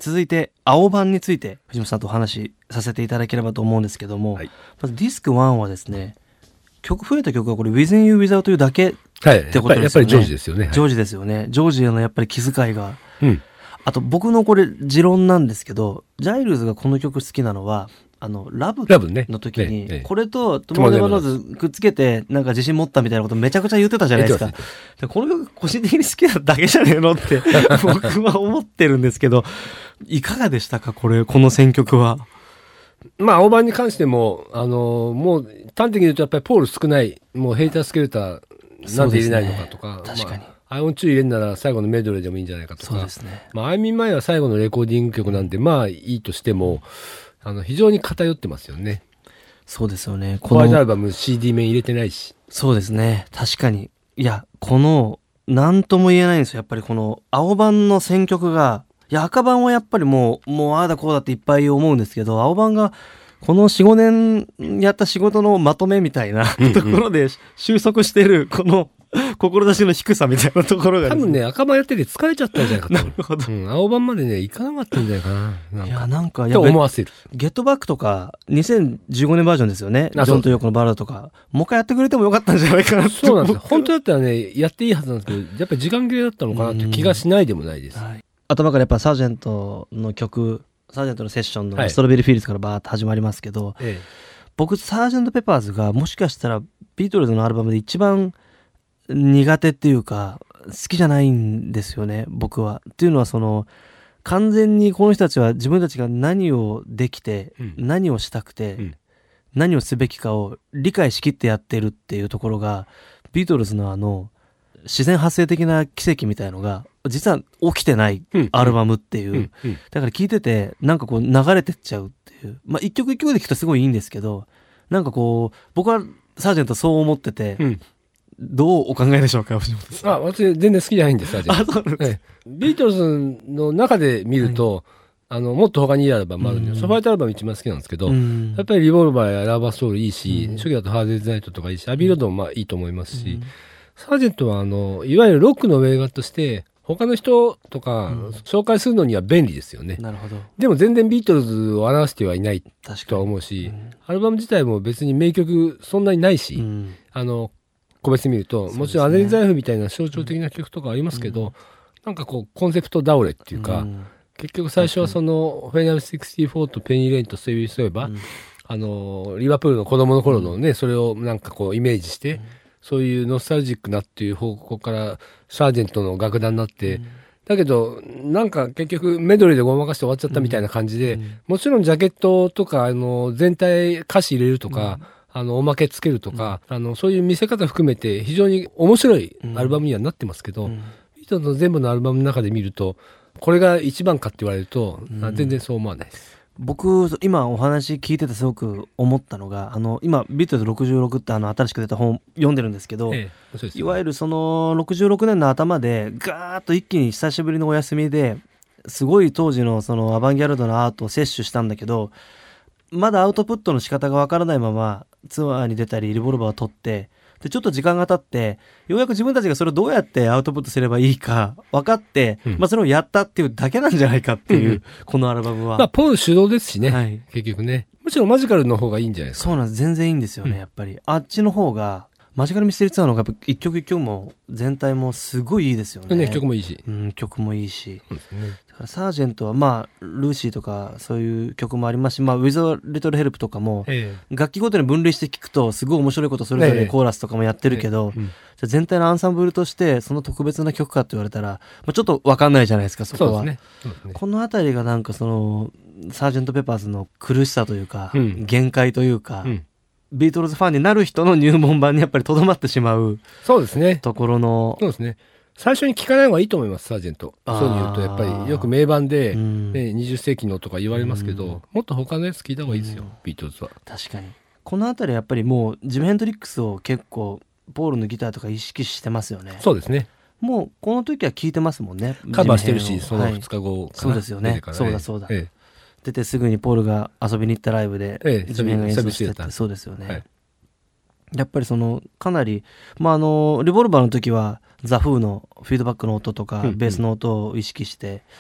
続いて青版について藤本さんとお話しさせていただければと思うんですけども、 はい、 まずディスク1はですね、増えた曲がこれ Within You Without You だけってことですよね。 やっぱりジョージですよね。 ジョージですよね。ジョージへのやっぱり気遣いが、あと僕のこれ持論なんですけど、ジャイルズがこの曲好きなのはラブの時に、これとトゥモローネバーノーズくっつけてなんか自信持ったみたいなことめちゃくちゃ言ってたじゃないですか。でこの曲個人的に好きなだけじゃねえのって僕は思ってるんですけど、いかがでしたかこの選曲は。 まあ青版に関してももう端的に言うとやっぱりポール少ない、もうヘイタースケルターなんで入れないのかとか、 確かに、 アイオン2入れるなら最後のメドレーでもいいんじゃないかとか、 そうですね。 アイミンマイは最後のレコーディング曲なんでまあいいとしても、非常に偏ってますよね。 そうですよね。 ホワイトアルバム CD 面入れてないし。 そうですね。確かに。いや、なんとも言えないんですよ。やっぱりこの青版の選曲が、いや、赤版はやっぱりもうああだこうだっていっぱい思うんですけど、青版がこの4、5年やった仕事のまとめみたいなところで収束してる、この志の低さみたいなところが、 多分ね、赤版やってて疲れちゃったんじゃないかと。 なるほど。 青版までね、行かなかったんじゃないかな。 いや、なんか、 と思わせる。 ゲットバックとか、2015年バージョンですよね。ジョンとヨーコのバラードとか、もう一回やってくれてもよかったんじゃないかなって。 そうなんですよ。本当だったらね、やっていいはずなんですけど、やっぱり時間切れだったのかなって気がしないでもないです。 はい、頭からやっぱサージェントの曲、サージェントのセッションのストロベリーフィールズからバーッと始まりますけど、僕、サージェントペパーズがもしかしたらビートルズのアルバムで一番苦手っていうか、好きじゃないんですよね、僕は。っていうのは完全にこの人たちは自分たちが何をできて、何をしたくて、何をすべきかを理解しきってやってるっていうところが、ビートルズの自然発生的な奇跡みたいのが実は起きてないアルバムっていう、だから聴いててなんか流れてっちゃうっていう、まあ一曲一曲で聴くとすごいいいんですけど、なんか僕はサージェントそう思ってて、どうお考えでしょうか、藤本さん。 私全然好きじゃないんです、サージェント。そうなんです。ビートルズの中で見ると、もっと他にいいアルバムあるんで、ソファイトアルバム一番好きなんですけど、やっぱりリボルバーやラバーソウルいいし、初期だとハーデーズナイトとかいいし、アビーロードもまあいいと思いますし、サージェントはいわゆるロックの名画として他の人とか紹介するのには便利ですよね。 なるほど。 でも全然ビートルズを表してはいないとは思うし、アルバム自体も別に名曲そんなにないし、個別に見ると、もちろんアデンザイフみたいな象徴的な曲とかありますけど、なんかコンセプト倒れっていうか、結局最初はフェナル64とペニーレインとセビーそういえば、リバプールの子供の頃のね、それをなんかイメージして、そういうノスタルジックなっていう方向からサージェントの楽団になって、だけどなんか結局メドレーでごまかして終わっちゃったみたいな感じで、もちろんジャケットとか全体歌詞入れるとか、おまけつけるとか、そういう見せ方含めて非常に面白いアルバムにはなってますけど、ビートルズの全部のアルバムの中で見るとこれが一番かって言われると、全然そう思わないです。 僕今お話聞いててすごく思ったのが、今ビートルズ66って新しく出た本読んでるんですけど、いわゆるその66年の頭でガーッと一気に久しぶりのお休みですごい当時のそのアバンギャルドのアートを摂取したんだけど、まだアウトプットの仕方がわからないままツアーに出たりリボルバーを取って、でちょっと時間が経ってようやく自分たちがそれをどうやってアウトプットすればいいか分かって、それをやったっていうだけなんじゃないかっていう、このアルバムはポール主導ですしね、結局ね。むしろマジカルの方がいいんじゃないですか。 そうなんです、全然いいんですよね、やっぱりあっちの方がマジカルミステリーツアーの方が一曲一曲も全体もすごいいいですよね。 曲もいいし、 曲もいいし、 そうですね。 だからサージェントはルーシーとかそういう曲もありますし、ウィズ・リトル・ヘルプとかも、楽器ごとに分類して聴くとすごい面白いことそれぞれコーラスとかもやってるけど、じゃあ全体のアンサンブルとしてその特別な曲かって言われたら、ちょっと分かんないじゃないですか、そこは。そうですね。このあたりがなんかサージェント・ペパーズの苦しさというか、限界というか、ビートルズファンになる人の入門版にやっぱりとどまってしまうところの、 そうですね。最初に聞かない方がいいと思います、サージェント。そういう言うとやっぱりよく名盤で、20世紀のとか言われますけど、もっと他のやつ聞いた方がいいですよ、ビートルズは。 確かにこのあたりやっぱりもうジム・ヘンドリックスを結構ポールのギターとか意識してますよね。 そうですね。 もうこの時は聞いてますもんね。 カバーしてるし、その2日後かな、 そうですよね。そうだ、出てすぐにポールが遊びに行ったライブでジムヘンが演奏してって、そうですよね。やっぱりかなり、リボルバーの時はザ・フーのフィードバックの音とかベースの音を意識して、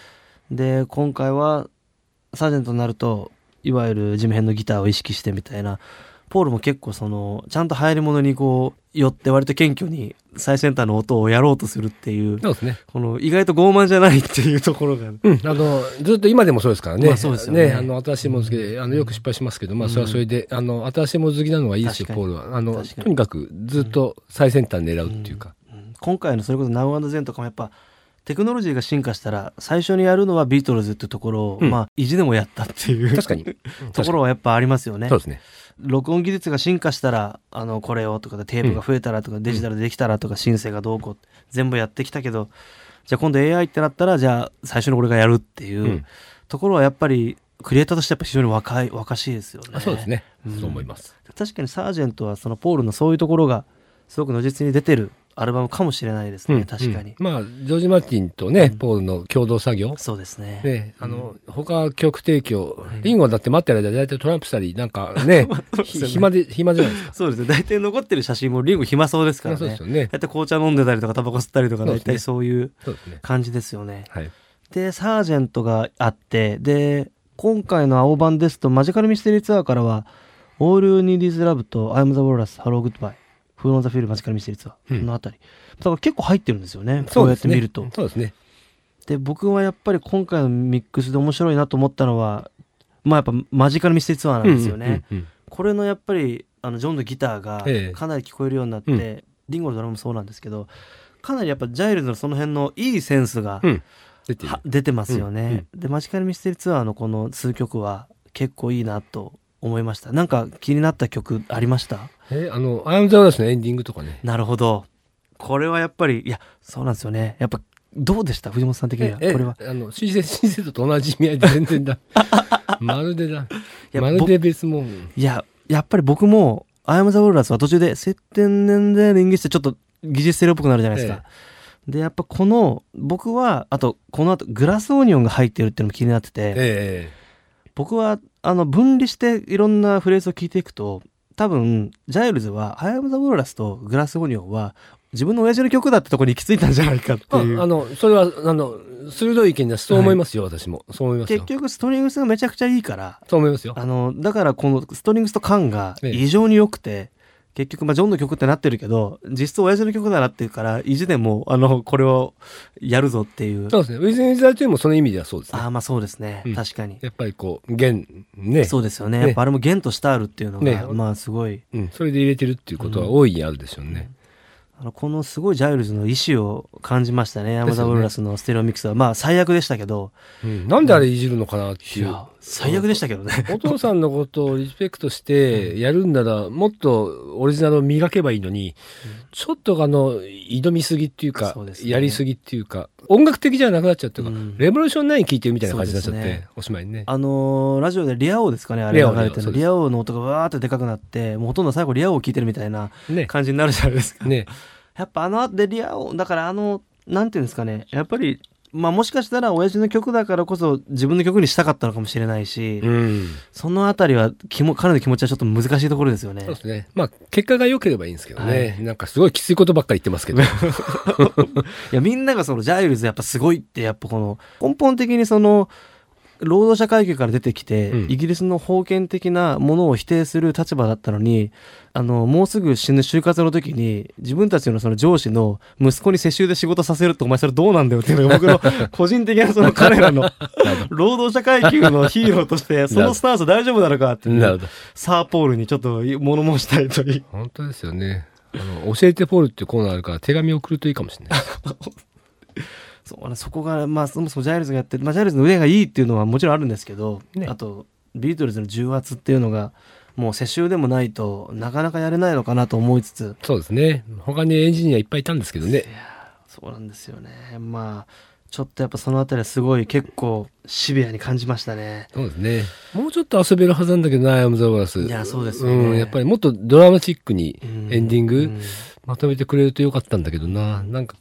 で今回はサージェントになるといわゆる地面編のギターを意識してみたいな、ポールも結構そのちゃんと流行り物にこう寄って割と謙虚に最先端の音をやろうとするっていう、 そうですね、 この意外と傲慢じゃないっていうところが、 ずっと今でもそうですからね。 そうですよね。 新しいもの好きでよく失敗しますけど、それはそれで新しいもの好きなのがいいですよ。ポールはとにかくずっと最先端狙うっていうか、 今回のそれこそ Now and Then とかもやっぱテクノロジーが進化したら最初にやるのはビートルズっていうところを、意地でもやったっていう確かにところはやっぱありますよね。 そうですね。 録音技術が進化したらこれをとかテープが増えたらとか、デジタルでできたらとか、シンセがどうこう全部やってきたけど、じゃあ今度 AI ってなったらじゃあ最初に俺がやるっていうところはやっぱりクリエイターとしてやっぱ非常に若しいですよね。 そうですね、そう思います。 確かにサージェントはそのポールのそういうところがすごく如実に出てるアルバムかもしれないですね。確かに、 ジョージ・マーティンとね、ポールの共同作業、 そうですね。 他曲提供、リンゴだって待ってる間大体トランプしたりなんかね暇じゃないですか。 そうですね。大体残ってる写真もリンゴ暇そうですからね。 そうですよね。 大体紅茶飲んでたりとかタバコ吸ったりとか、大体そういう感じですよね。でサージェントがあって、で今回の青版ですとマジカルミステリーツアーからは All You Need Is Love と I'm the Walrus Hello Goodbye Who Knows the Feel マジカルミステリーツアーのあたり、だから結構入ってるんですよね。そうやって見ると。 そうですね。 で僕はやっぱり今回のミックスで面白いなと思ったのは、やっぱマジカルミステリーツアーなんですよね。これのやっぱりジョンのギターがかなり聞こえるようになって、リンゴのドラムもそうなんですけど、かなりやっぱジャイルズのその辺のいいセンスが、出てますよね。でマジカルミステリーツアーのこの数曲は結構いいなと思いました。なんか気になった曲ありました？ アイアムザワラスのエンディングとかね。 なるほど。これはやっぱりそうなんですよね。やっぱどうでした藤本さん的には？これはシンセットと同じ意味合いで全然だまるで別物。 やっぱり僕もアイアムザワラスは途中で接点年で演技してちょっと技術性っぽくなるじゃないですか。でやっぱ僕はこの後グラスオニオンが入ってるっていうのも気になってて、僕は分離していろんなフレーズを聞いていくと、多分ジャイルズはアイアムザウォーラスとグラスオニオンは自分の親父の曲だってところに行き着いたんじゃないかっていう。 それは鋭い意見だし、そう思いますよ。私もそう思いますよ。 結局ストリングスがめちゃくちゃいいから、 そう思いますよ。 だからこのストリングスと感が異常に良くて、結局ジョンの曲ってなってるけど実質親父の曲だなっていうから、意地でもこれをやるぞっていう。 そうですね。ウィズ・イン・ザ・チューンもその意味ではそうですね。 そうですね、確かにやっぱり弦ね。 そうですよね。やっぱあれも弦としてあるっていうのが、すごい、 それで入れてるっていうことは大いにあるでしょうね。 このすごいジャイルズの意志を感じましたね。アイアムザウォーラスのステレオミックスは最悪でしたけど、 なんであれいじるのかなっていう。 最悪でしたけどね。 お父さんのことをリスペクトしてやるんならもっとオリジナルを磨けばいいのに、ちょっと挑みすぎっていうか、やりすぎっていうか、音楽的じゃなくなっちゃってるから、レボリューション9聴いてるみたいな感じになっちゃって、おしまいにね。 ラジオでリア王ですかね、あれ流れてるリア王の音がわーってでかくなって、もうほとんど最後リア王聴いてるみたいな感じになるじゃないですか。ね。やっぱでリア王だからなんていうんですかね、やっぱりもしかしたら親父の曲だからこそ自分の曲にしたかったのかもしれないし、そのあたりは彼の気持ちはちょっと難しいところですよね。 そうですね。結果が良ければいいんですけどね。なんかすごいきついことばっかり言ってますけど。 みんながジャイルズやっぱすごいって、やっぱ根本的に労働者階級から出てきて、イギリスの封建的なものを否定する立場だったのに、もうすぐ死ぬ就活の時に自分たちの上司の息子に世襲で仕事させるって、お前それどうなんだよっていうのが僕の個人的な彼らの労働者階級のヒーローとしてそのスタンス大丈夫なのかっていう、サーポールにちょっと物申したいという。 本当ですよね。教えてポールっていうコーナーあるから手紙を送るといいかもしれない。 そこがそもそもジャイルズがやってる、ジャイルズの腕がいいっていうのはもちろんあるんですけど、あとビートルズの重圧っていうのがもう世襲でもないとなかなかやれないのかなと思いつつ。 そうですね。他にエンジニアいっぱいいたんですけどね。 そうなんですよね。ちょっとやっぱそのあたりはすごい結構シビアに感じましたね。 そうですね。もうちょっと遊べるはずなんだけどな、アイアムザワラス。 そうですよね。 やっぱりもっとドラマチックにエンディングまとめてくれるとよかったんだけどな。なんか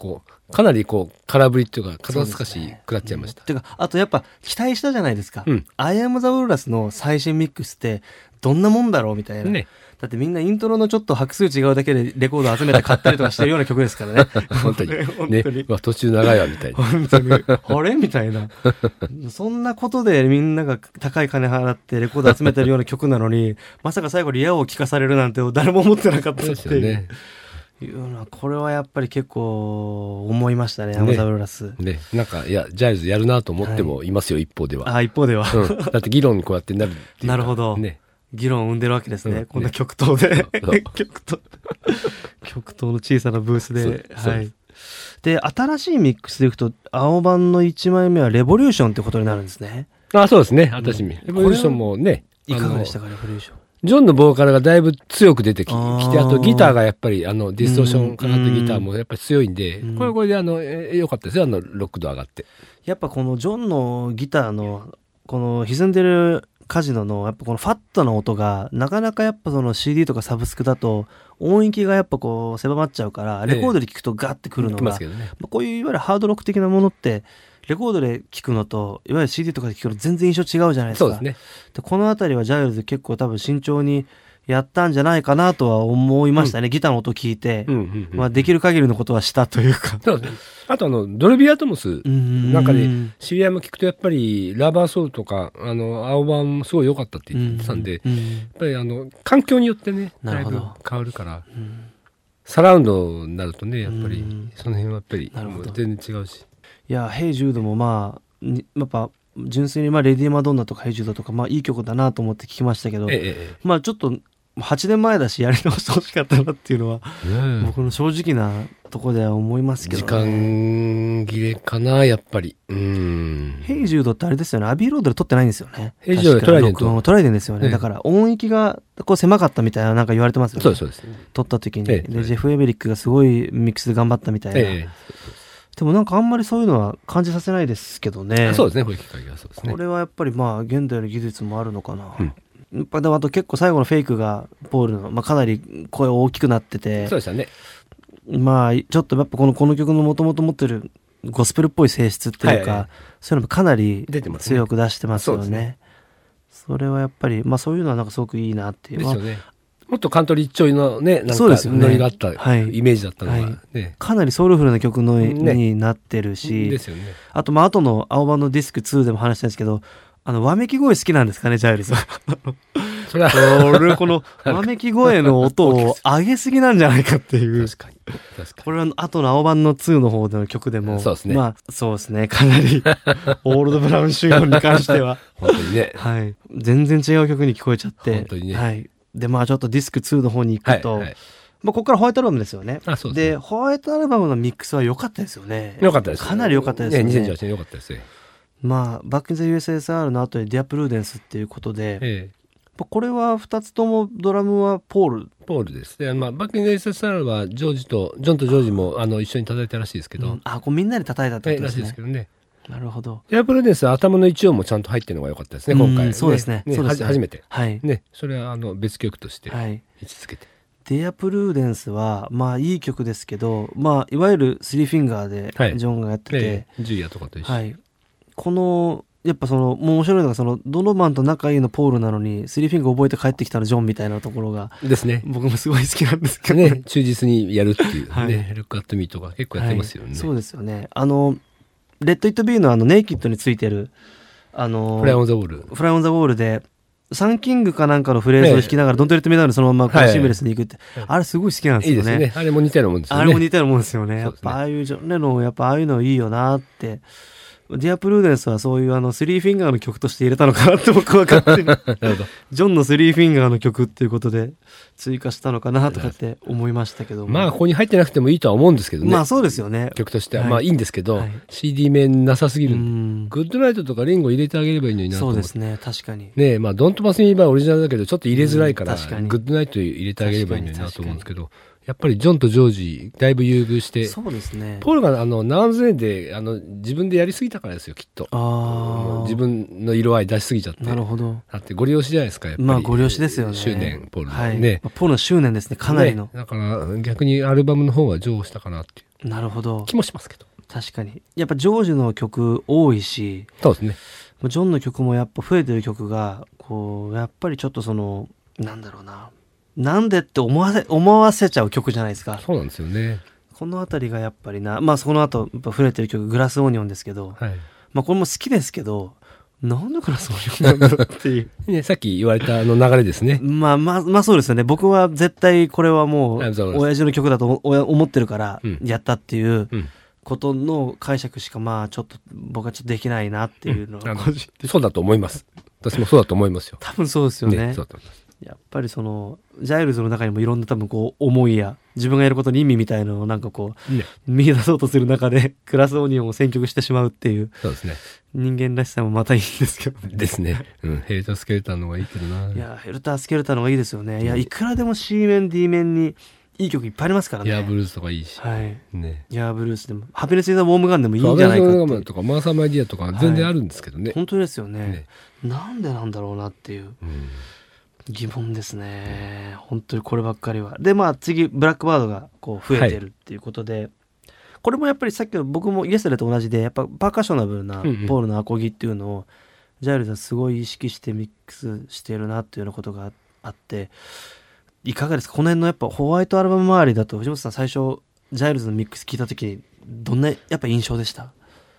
かなりこう空振りっていうか肩透かし食らっちゃいました。 てかあとやっぱ期待したじゃないですか。アイアムザウォルラスの最新ミックスってどんなもんだろうみたいな。ね。だってみんなイントロのちょっと拍数違うだけでレコード集めて買ったりとかしてるような曲ですからね。 本当に。ね。途中長いわみたいな。 本当に。あれみたいな。そんなことでみんなが高い金払ってレコード集めてるような曲なのに、まさか最後リアを聴かされるなんて誰も思ってなかったっていう。そうですよね。いうのはこれはやっぱり結構思いましたね、アイアムザウォルラス。 ね。なんか、いや、ジャイルズやるなと思ってもいますよ、一方では。 一方では。 だって議論にこうやってなるっていう。 なるほど。ね。議論を生んでるわけですね。こんな極東で。極東の小さなブースで。はい。で、新しいミックスでいくと、青版の1枚目はレボリューションってことになるんですね。 そうですね。新しい。レボリューションもね。 いかがでしたか、レボリューション。 ジョンのボーカルがだいぶ強く出てきて、あとギターがやっぱりディストーションかかったギターもやっぱり強いんで、これで良かったですよ、ロック度上がって。 やっぱこのジョンのギターの、この歪んでるカジノのやっぱこのファットな音がなかなかやっぱその CD とかサブスクだと音域がやっぱこう狭まっちゃうからレコードで聞くとガッてくるのが、こういういわゆるハードロック的なものってレコードで聞くのといわゆる CD とかで聞くの全然印象違うじゃないですか。 そうですね。 でこのあたりはジャイルズ結構多分慎重にやったんじゃないかなとは思いましたね、ギターの音を聞いて、できる限りのことはしたというか。 そうですね。あとドルビーアトモスなんかで知り合いも聞くとやっぱりラバーソウルとか青版もすごい良かったって言ってたんで、やっぱり環境によってねだいぶ変わるから、サラウンドになるとねやっぱりその辺はやっぱり全然違うし。 いやヘイジュードもやっぱ純粋にレディ・マドンナとかヘイジュードとかいい曲だなと思って聞きましたけど、ちょっと8年前だしやり直してほしかったなっていうのは、僕の正直なところでは思いますけどね。 時間切れかなやっぱり。ヘイジュードってあれですよね、アビーロードで撮ってないんですよね。 ヘイジュードでトライデント。 トライデンですよね。だから音域がこう狭かったみたいななんか言われてますよね。 そうです。 撮った時に、でジェフ・エベリックがすごいミックスで頑張ったみたいな。でもなんかあんまりそういうのは感じさせないですけどね。 そうですね、こういう機会がそうですね。 これはやっぱり現代の技術もあるのかな。やっぱでもあと結構最後のフェイクがポールの、かなり声大きくなってて、 そうでしたね。 ちょっとやっぱこの曲のもともと持ってるゴスペルっぽい性質っていうか、そういうのもかなり強く出してますよね。それはやっぱりそういうのはなんかすごくいいなっていう。 ですよね。もっとカントリーちょいのね、なんかノリがあったイメージだったのがね。かなりソウルフルな曲になってるし、 ですよね。 あと後の青版のディスク2でも話したんですけど、わめき声好きなんですかね、ジャイルズは。俺このわめき声の音を上げすぎなんじゃないかっていう。 確かに。 これは後の青版の2の方での曲でも、 そうですね。 そうですね、かなりオールドブラウンシューンに関しては本当にね、 はい、全然違う曲に聞こえちゃって、 本当にね、 はい。でちょっとディスク2の方に行くと、ここからホワイトアルバムですよね。でホワイトアルバムのミックスは良かったですよね。 良かったです。 かなり良かったですよね。 2018年良かったですね。 バック・イン・ザ・ USSR の後にディア・プルーデンスっていうことで、これは2つともドラムはポールですね。バック・イン・ザ・ USSR はジョンとジョージも一緒に叩いたらしいですけど、 みんなで叩いたってことですね。 らしいですけどね。 なるほど。 ディア・プルーデンスは頭の一音もちゃんと入ってるのが良かったですね、今回。 そうですね。 初めて。 はいね、それは別曲として位置づけて。 ディア・プルーデンスはいい曲ですけど、いわゆるスリーフィンガーでジョンがやってて、 ジュリアとかと一緒に。 このやっぱもう面白いのがドノバンと仲いいのポールなのにスリーフィンガー覚えて帰ってきたのジョンみたいなところがですね。 僕もすごい好きなんですけどね、忠実にやるっていうね、ルックアットミーとか結構やってますよね。 そうですよね。レッド・イット・ビーのネイキッドについてるフライ・オン・ザ・ウォール。 フライ・オン・ザ・ウォールでサンキングかなんかのフレーズを弾きながらドントレット・ミーなのにそのままシームレスに行くって、あれすごい好きなんですよね。 いいですね。あれも似たようなもんですよね。 あれも似たようなもんですよね。やっぱああいうジョン・レノンやっぱああいうのいいよなって。ディア・プルーデンスはそういうスリーフィンガーの曲として入れたのかなって僕は勝手にジョンのスリーフィンガーの曲っていうことで追加したのかなとかって思いましたけども、 ここに入ってなくてもいいとは思うんですけどね。 そうですよね、 曲としては、いいんですけど、CD 面なさすぎるんで、グッドナイトとかリンゴ入れてあげればいいのになと思って。 そうですね、確かにね。ドントパスミーバーオリジナルだけどちょっと入れづらいから、グッドナイト入れてあげればいいのになと思うんですけど、やっぱりジョンとジョージだいぶ優遇して、 そうですね、 ポールがナウンズレーンで自分でやりすぎたからですよ、きっと。自分の色合い出しすぎちゃって。 なるほど。 だってご利用しじゃないですか、やっぱり。 ご利用しですよね。 執念、ポールのね。 ポールの執念ですね、かなりの。 だから逆にアルバムの方は譲歩したかなっていう。 なるほど。 気もしますけど。 確かにやっぱジョージの曲多いし、 そうですね。 ジョンの曲もやっぱ増えてる曲がこうやっぱりちょっとそのなんだろうな、なんでって思わせちゃう曲じゃないですか。 そうなんですよね。 この辺りがやっぱりまあその後やっぱ増えてる曲グラスオニオンですけど、 はい、 まあこれも好きですけど、なんでグラスオニオンなんだろうっていうね、さっき言われた流れですね。 まあそうですよね。僕は絶対これはもう親父の曲だと思ってるからやったっていうことの解釈しかまあちょっと僕はちょっとできないなっていうのは、 そうだと思います。私もそうだと思いますよ。 多分そうですよね。 そうだと思います。 やっぱりそのジャイルズの中にもいろんな多分こう思いや自分がやることに意味みたいなのをなんかこう、見出そうとする中でグラスオニオンを選曲してしまうっていう、 そうですね、 人間らしさもまたいいんですけどね。 ですね。ヘルタースケルターの方がいいけどな。 いやヘルタースケルターの方がいいですよね。いやいくらでも C 面 D 面にいい曲いっぱいありますからね。 ヤーブルースとかいいし、 はいね、 ヤーブルースでもハピネス・イン・ザ・ウォームガンでもいいんじゃないかって。 ハピネス・イン・ザ・ウォームガンとかマーサー・マイ・ディアとか全然あるんですけどね。 本当ですよね。なんでなんだろうなっていう、疑問ですね。本当にこればっかりは。でまあ次ブラックバードがこう増えてるっていうことで、これもやっぱりさっきの僕もイエスタデーと同じでやっぱパーカッショナブルなポールのアコギっていうのをジャイルズはすごい意識してミックスしてるなっていうようなことがあって、いかがですかこの辺のやっぱホワイトアルバム周りだと藤本さん最初ジャイルズのミックス聞いた時にどんなやっぱ印象でした？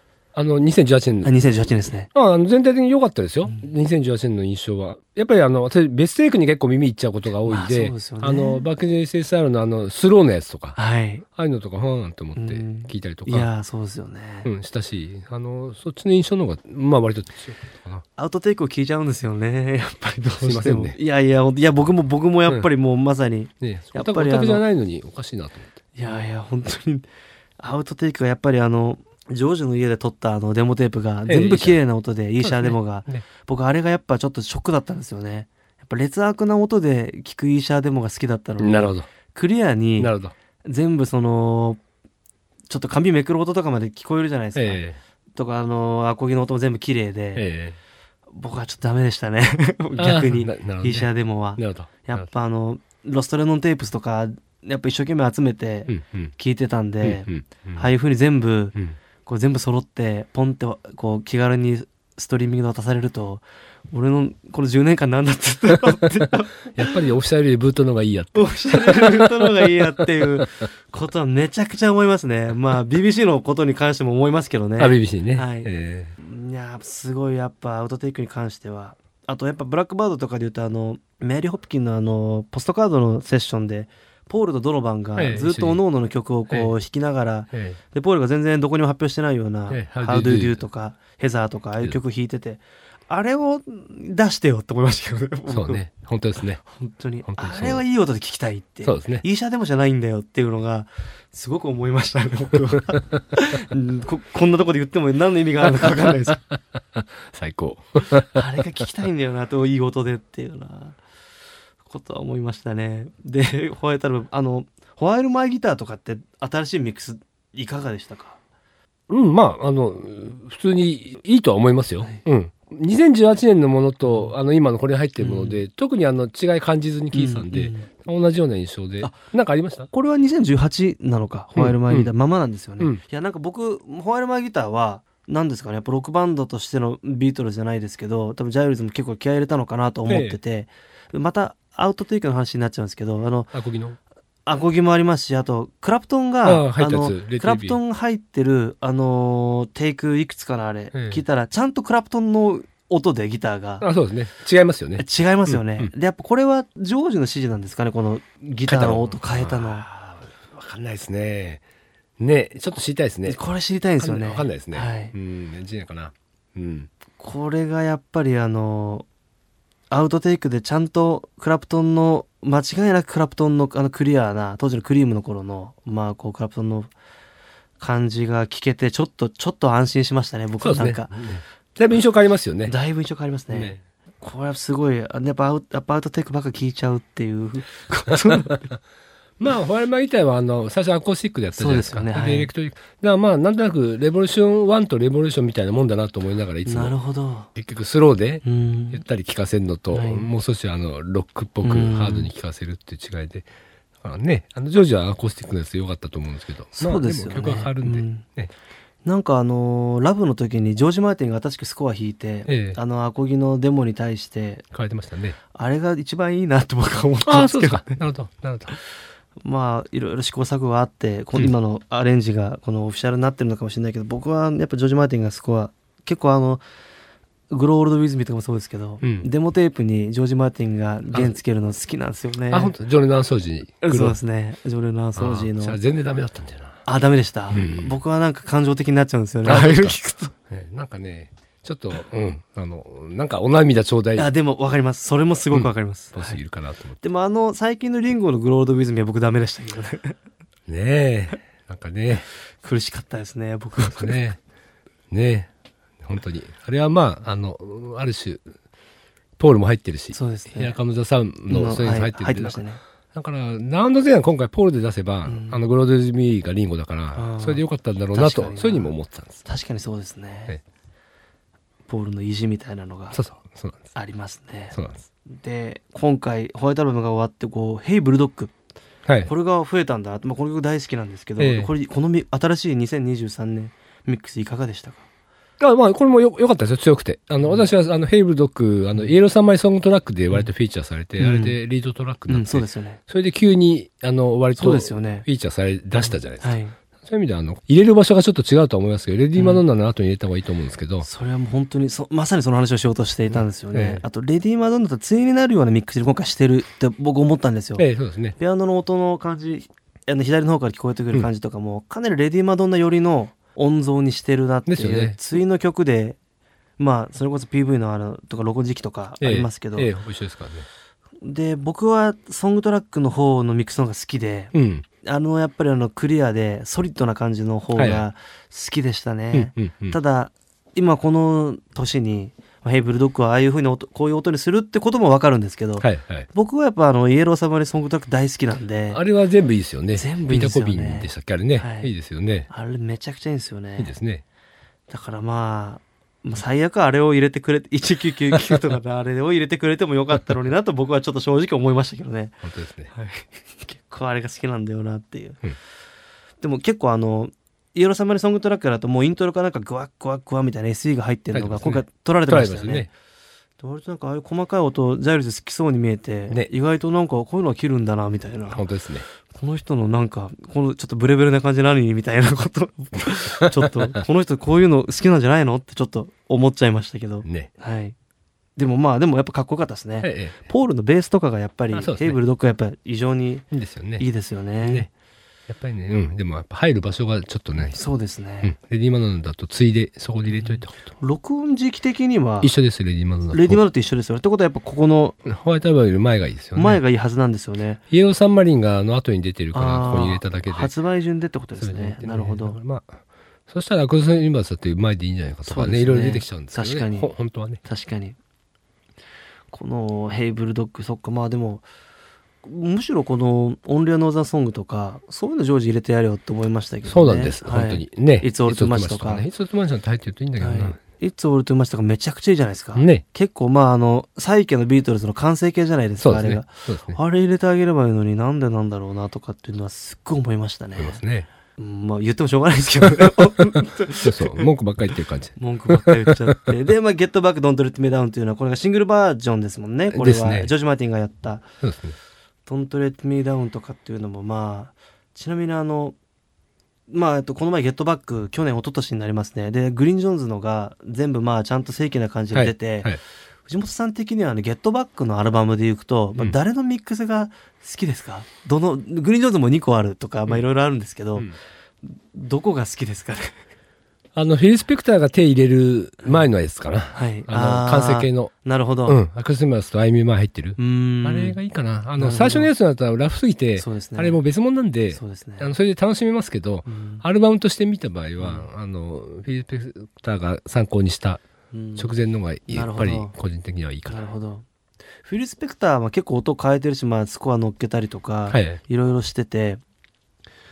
2018年。 2018年ですね。 全体的に良かったですよ。2018年の印象は。やっぱり私、ベストテイクに結構耳いっちゃうことが多いんで、バックジ SSR のスローのやつとか、ああいうのとか、なんて思って聞いたりとか。 いやそうですよね。 したし、そっちの印象の方が、まあ割と強いかな。 アウトテイクを聞いちゃうんですよね。やっぱりどうしても。いや、僕もやっぱりもうまさに。 やっぱりオタクじゃないのにおかしいなと思って。 いや、本当に、アウトテイクがやっぱりジョージの家で撮ったデモテープが全部綺麗な音で、イーシャーデモが、僕あれがやっぱちょっとショックだったんですよね。やっぱ劣悪な音で聞くイーシャーデモが好きだったので、 なるほど、 クリアに全部そのちょっと紙めくる音とかまで聞こえるじゃないですか、とかアコギの音も全部綺麗で、僕はちょっとダメでしたね逆にイーシャーデモは。やっぱロストレノンテープスとかやっぱ一生懸命集めて聞いてたんで、ああいう風に全部こう全部揃ってポンってこう気軽にストリーミングで渡されると、俺のこの10年間何だったんだろうってやっぱりオフィシャルよりブートの方がいいやって、 オフィシャルよりブートの方がいいやっていうことはめちゃくちゃ思いますね。まあ BBC のことに関しても思いますけどね。 BBC ね。 はい。いやすごいやっぱアウトテイクに関しては、あとやっぱブラックバードとかで言うとメリー・ホプキンのポストカードのセッションでポールとドノバンがずっと各々の曲をこう弾きながら、でポールが全然どこにも発表してないような「How Do You Do」とか「ヘザー」とかああいう曲弾いてて、あれを出してよって思いましたけどね。 そうね、本当ですね。 本当にあれはいい音で聴きたいって、 そうですね、 イーシャーデモじゃないんだよっていうのがすごく思いましたね僕はこんなとこで言っても何の意味があるのか分かんないです最高あれが聴きたいんだよなと、いい音でっていうようなことは思いましたね。でホワイトアルバムホワイルマイギターとかって新しいミックスいかがでしたか？ まあ普通にいいとは思いますよ。2018年のものと今のこれに入ってるもので、特に違い感じずに聴いてたんで、同じような印象で。なんかありました？これは2018なのか、ホワイルマイギターままなんですよね。いやなんか僕ホワイルマイギターは何ですかね、やっぱロックバンドとしてのビートルズじゃないですけど、多分ジャイルズも結構気合い入れたのかなと思ってて、またアウトテイクの話になっちゃうんですけど、アコギもありますし、あとクラプトンがクラプトン入ってるテイクいくつかな、あれ聞いたらちゃんとクラプトンの音でギターがそうですね、違いますよね。 違いますよね。でやっぱこれはジョージの指示なんですかね、このギターの音変えたの。 分かんないですね。ね、ちょっと知りたいですね。 これ知りたいんですよね。 分かんないですね。 はい。 エンジニアかな。 これがやっぱりアウトテイクでちゃんとクラプトンの間違いなくクラプトンのクリアな当時のクリームの頃のこうクラプトンの感じが聞けてちょっと安心しましたね。僕はなんか、 だいぶ印象変わりますよね。 だいぶ印象変わりますね。これはすごいやっぱアウトテイクばっか聞いちゃうっていうまあホワイルマイギターは最初アコースティックでやったじゃないですか。 そうですよね。 でエレクトリックだからなんとなくレボリューション1とレボリューションみたいなもんだなと思いながらいつも。 なるほど。 結局スローでゆったり聴かせるのと、もう少しロックっぽくハードに聴かせるっていう違いで、 ね、ジョージはアコースティックのやつ良かったと思うんですけど、 そうですよね。 でも曲が変わるんで、ね。 なんかラブの時にジョージ・マーティンが確かスコア弾いて、アコギのデモに対して変えてましたね。 あれが一番いいなって僕は思ったんですけど。 なるほど、なるほど。 まあいろいろ試行錯誤があって今のアレンジがこのオフィシャルになってるのかもしれないけど、僕はやっぱジョージ・マーティンがスコア結構グロールド・ウィズ・ミとかもそうですけど、デモテープにジョージ・マーティンが弦つけるの好きなんですよね。 本当ジョレナン・ソージに。 そうですね。ジョレナン・ソージの。 全然ダメだったんだよな。 ダメでした、僕はなんか感情的になっちゃうんですよね。聞くと。 なんかね、ちょっと、なんかお涙ちょうだい。 でも分かります。それもすごく分かります。 ぽすぎるかなと思って。 でも最近のリンゴのグロールド・ウィズ・ミは僕ダメでしたけどね。 ねえ、なんかね。 苦しかったですね、僕は。 ねえ、本当に。あれはまあ、ある種、ポールも入ってるし、 そうですね。 ヘアカム・ザ・サウンのそういうの入ってる。 入ってましたね。 だから、ラウンド前は今回ポールで出せば、グロード・ウィズ・ミがリンゴだから、それでよかったんだろうなと、そういうふうにも思ってたんです。 確かにそうですね。ポールの意地みたいなのがありますね。 そうなんです。 で、今回ホワイトアルバムが終わってヘイブルドッグ、これが増えたんだ。この曲大好きなんですけど、この新しい2023年ミックスいかがでしたか？ まあこれも良かったですよ、強くて。私はヘイブルドッグイエローサンマイソングトラックで割とフィーチャーされて、あれでリードトラックになって、 そうですよね。 それで急に割とフィーチャーされ出したじゃないですか。そういう意味では入れる場所がちょっと違うとは思いますけど、レディー・マドンナの後に入れた方がいいと思うんですけど、 それはもう本当にまさにその話をしようとしていたんですよね。あとレディー・マドンナと対になるようなミックスで今回してるって僕思ったんですよ。 そうですね。 ピアノの音の感じ、左の方から聞こえてくる感じとかも、かなりレディー・マドンナ寄りの音像にしてるなっていう、対の曲で、それこそ PV のとか録音時期とかありますけど、 一緒ですからね。 で僕はソングトラックの方のミックスの方が好きで、やっぱりクリアでソリッドな感じの方が好きでしたね。ただ今この年にヘイブルドッグはああいう風にこういう音にするってことも分かるんですけど、僕はやっぱイエローサマリソングトラック大好きなんで、 あれは全部いいですよね。 全部いいですよね。 ピーター・コビンでしたっけ、あれね、いいですよね。 あれめちゃくちゃいいんですよね。 いいですね。 だから最悪あれを入れてくれて1999とかあれを入れてくれてもよかったのになと僕はちょっと正直思いましたけどね。 本当ですね。 結構あれが好きなんだよなっていう。でも結構イエローサマリソングトラックだともうイントロかなんかグワッグワッグワみたいな SE が入ってるのが今回取られてましたよね。割となんかああいう細かい音ジャイルズ好きそうに見えて、意外となんかこういうのは切るんだなみたいな。 本当ですね。 この人のなんかこのちょっとブレブレな感じ何みたいなことちょっとこの人こういうの好きなんじゃないのってちょっと思っちゃいましたけど、でもでもやっぱかっこよかったですね。ポールのベースとかがやっぱりヘイブルドッグはやっぱり異常にいいですよね。 やっぱりね、でもやっぱ入る場所がちょっとない。 そうですね。 レディー・マドンナだとついでそこに入れといたこと。 録音時期的には一緒です、レディー・マドンナ。 レディー・マドンナと一緒ですよ。ってことはやっぱここのホワイトアルバムより前がいいですよね。 前がいいはずなんですよね。 イエローサンマリンが後に出てるからここに入れただけで。 発売順でってことですね。なるほど。 そしたらアクロス・ユニバースだって前でいいんじゃないかとかね、いろいろ出てきちゃうんですけどね。 確かに。 本当はね。 確かに。このヘイブルドッグ、そっか、でもむしろこのオンリーノーザーソングとかそういうの常時入れてやれよって思いましたけどね。 そうなんです、本当にね。 いつオールトゥマチとか、 いつオールトゥマチなんて入ってるといいんだけどな。 いつオールトゥマチとかめちゃくちゃいいじゃないですか。ね。結構最近のビートルズの完成形じゃないですか、あれが。あれ入れてあげればいいのになんでなんだろうなとかっていうのはすっごい思いましたね。 そうですね。 言ってもしょうがないですけどね。 そう文句ばっかり言ってる感じ。 文句ばっかり言っちゃって。で、ゲットバックドントレットメダウンっていうのはこれがシングルバージョンですもんね。これはジョージ・マーティンがやった。 そうですね。 ドントレットミーダウンとかっていうのもちなみにこの前ゲットバック去年一昨年になりますね。でグリーン・ジョーンズのが全部ちゃんと正規な感じで出て、藤本さん的にはゲットバックのアルバムでいくと、誰のミックスが好きですか？グリーン・ジョーンズも2個あるとかいろいろあるんですけど、どこが好きですかね？ フィル・スペクターが手入れる前のやつかな。完成形の。 なるほど。 アクスマスとアイミーマー入ってる。あれがいいかな。最初のやつだったらラフすぎて、あれもう別物なんで、それで楽しめますけど、アルバムとして見た場合は、フィル・スペクターが参考にした直前のがやっぱり個人的にはいいかな。 なるほど。フィル・スペクターは結構音変えてるし、スコア乗っけたりとか、いろいろしてて、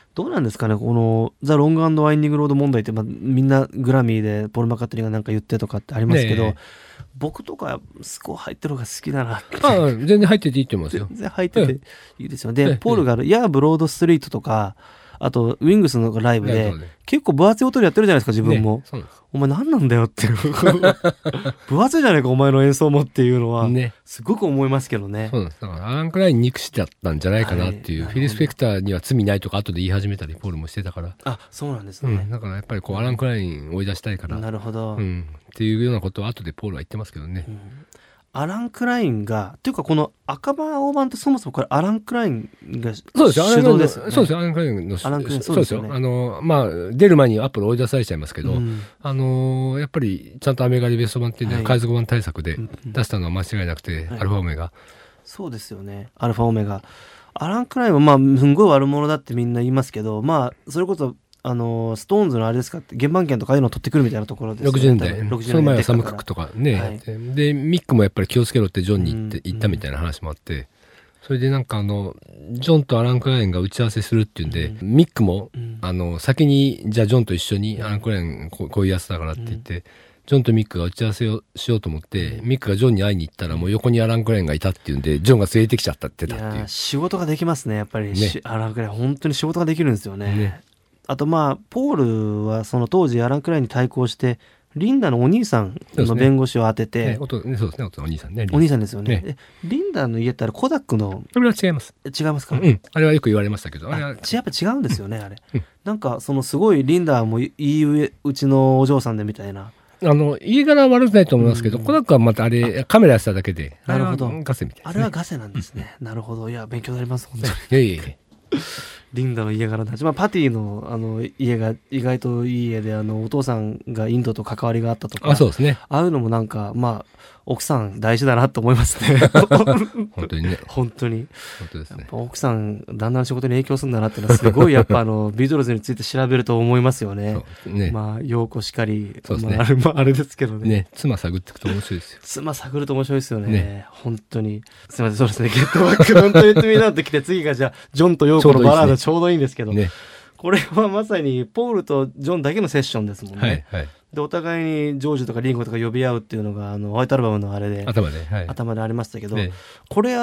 どうなんですかね、このザ・ロング&ワインディング・ロード問題って、みんなグラミーでポール・マッカートニーがなんか言ってとかってありますけど、僕とかスコア入ってる方が好きだなって。 全然入ってていいと思いますよ。 全然入ってていいですよ。で、ポールがブロードストリートとか、あとウィングスのライブで結構分厚い音でやってるじゃないですか、自分も。お前何なんだよっていう分厚いじゃないかお前の演奏もっていうのはすごく思いますけどね。 そうです。だからアラン・クライン憎しだったんじゃないかなっていう、フィル・スペクターには罪ないとか後で言い始めたりポールもしてたから。 そうなんですね。 だからやっぱりアラン・クライン追い出したいから。 なるほど。 っていうようなことを後でポールは言ってますけどね。 アラン・クラインがっていうかこの赤羽大判ってそもそもこれアラン・クラインが主導ですよね。 そうですよ、アラン・クラインのそうですよね。 出る前にアップル追い出されちゃいますけど、やっぱりちゃんとアメリカでベスト版っていうのは海賊版対策で出したのは間違いなくて、アルファオメガ。 そうですよね、アルファオメガ。アラン・クラインはすんごい悪者だってみんな言いますけど、それこそストーンズのあれですかって原版権とかいうのを取ってくるみたいなところですよね。 60年代その前はサム・クックとかね、でミックもやっぱり気をつけろってジョンに言ったみたいな話もあって、それでなんかジョンとアラン・クラインが打ち合わせするっていうんで、ミックも先にじゃあジョンと一緒にアラン・クラインこういうやつだからって言って、ジョンとミックが打ち合わせをしようと思って、ミックがジョンに会いに行ったらもう横にアラン・クラインがいたっていうんで、ジョンが連れてきちゃったってたっていう。 仕事ができますねやっぱり、アラン・クライン本当に仕事ができるんですよね。あとポールはその当時アラン・クラインに対抗してリンダのお兄さんの弁護士を当てて、 そうですね、お兄さんね。 お兄さんですよね。リンダの家ってコダックの。 それは違います。 違いますか？ あれはよく言われましたけど、 やっぱ違うんですよねあれ。なんかすごいリンダもいいうちのお嬢さんでみたいな。 家柄は悪くないと思いますけど、コダックはまたあれカメラやってただけで、 なるほど。 ガセみたいな。 あれはガセなんですね。なるほど。いや勉強になります本当に。 いやリンダの家柄だし、パティの家が意外といい家でお父さんがインドと関わりがあったとか、 そうですね。 ああいうのもなんか奥さん大事だなと思いますね。 本当にね。 本当に。 本当ですね。 奥さん旦那の仕事に影響するんだなっていうのはすごいやっぱビートルズについて調べると思いますよね。陽子しかり、あれですけどね。 妻探っていくと面白いですよ。 妻探ると面白いですよね。本当に。すみません、そうですね。ゲットバック本当に言ってみなってきて、次がじゃあジョンと陽子のバラードちょうどいいんですけど。これはまさにポールとジョンだけのセッションですもんね。でお互いにジョージとかリンゴとか呼び合うっていうのがホワイトアルバムのあれで頭でありましたけど、これ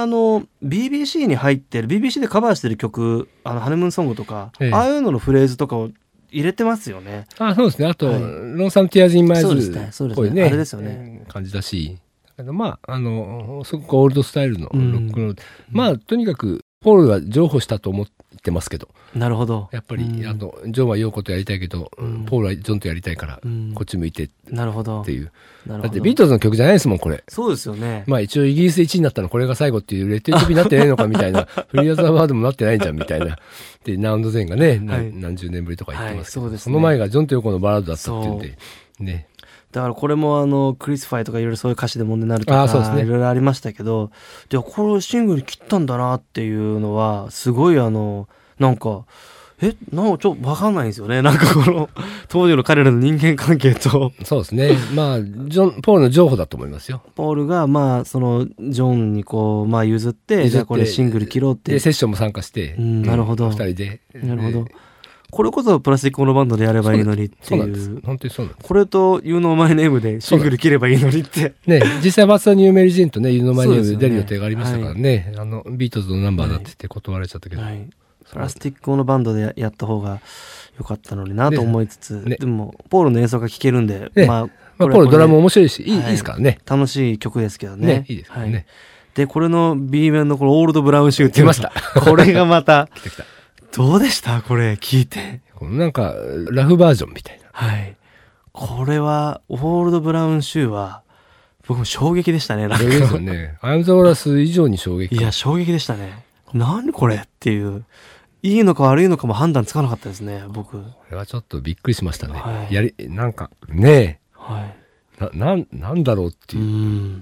BBC に入ってる BBC でカバーしてる曲ハネムーンソングとか、ああいうののフレーズとかを入れてますよね。 そうですね。あと、ロンサムティアーズインマイズっぽいね、 あれですよね。 感じだし、すごくオールドスタイルのロックの、とにかくポールは譲歩したと思ってますけど。 なるほど。 やっぱり、ジョンは陽子とやりたいけど、ポールはジョンとやりたいから、こっち向いて。 なるほど。 っていう。だってビートルズの曲じゃないですもん、これ。 そうですよね。 一応イギリスで1位になったのこれが最後っていうレッテル飛びになってないのかみたいな、フリーアザーワードもなってないじゃんみたいな。で、ナウンドゼンがね、何十年ぶりとか言ってますけど、その前がジョンと陽子のバラードだったっていうんで、ね。 だからこれもクリスファイとかいろいろそういう歌詞で問題になるとかいろいろありましたけど、でこれシングル切ったんだなっていうのはすごいなんかちょっと分かんないんですよね。なんかこの当時の彼らの人間関係と。 そうですね。ポールの情報だと思いますよ。 ポールがそのジョンに譲ってじゃあこれシングル切ろうってでセッションも参加して、 なるほど。 2人で。 なるほど。これこそプラスティックモノバンドでやればいいのにっていう。 そうなんです。本当にそうなんです。 これと You Know My Name でシングル切ればいいのにって。 ね、実際バツダニューメリージーンとね、You Know My Name で出る予定がありましたからね、ビートルズのナンバーだって言って断られちゃったけど。 プラスティックモノバンドでやった方が良かったのになと思いつつ、でもポールの演奏が聴けるんで、 ポールドラム面白いし、いいですからね。 楽しい曲ですけどね。 いいですからね。 で、これの B 面のこのオールドブラウンシューって言いました。これがまた。来た。どうでしたこれ聞いて。 なんかラフバージョンみたいな。 これはオールドブラウンシューは僕も衝撃でしたね。 そうですよね。アイムザオーラス以上に衝撃。 いや衝撃でしたね。何これっていう。いいのか悪いのかも判断つかなかったですね僕。これはちょっとびっくりしましたね。なんかねなんだろうっていう。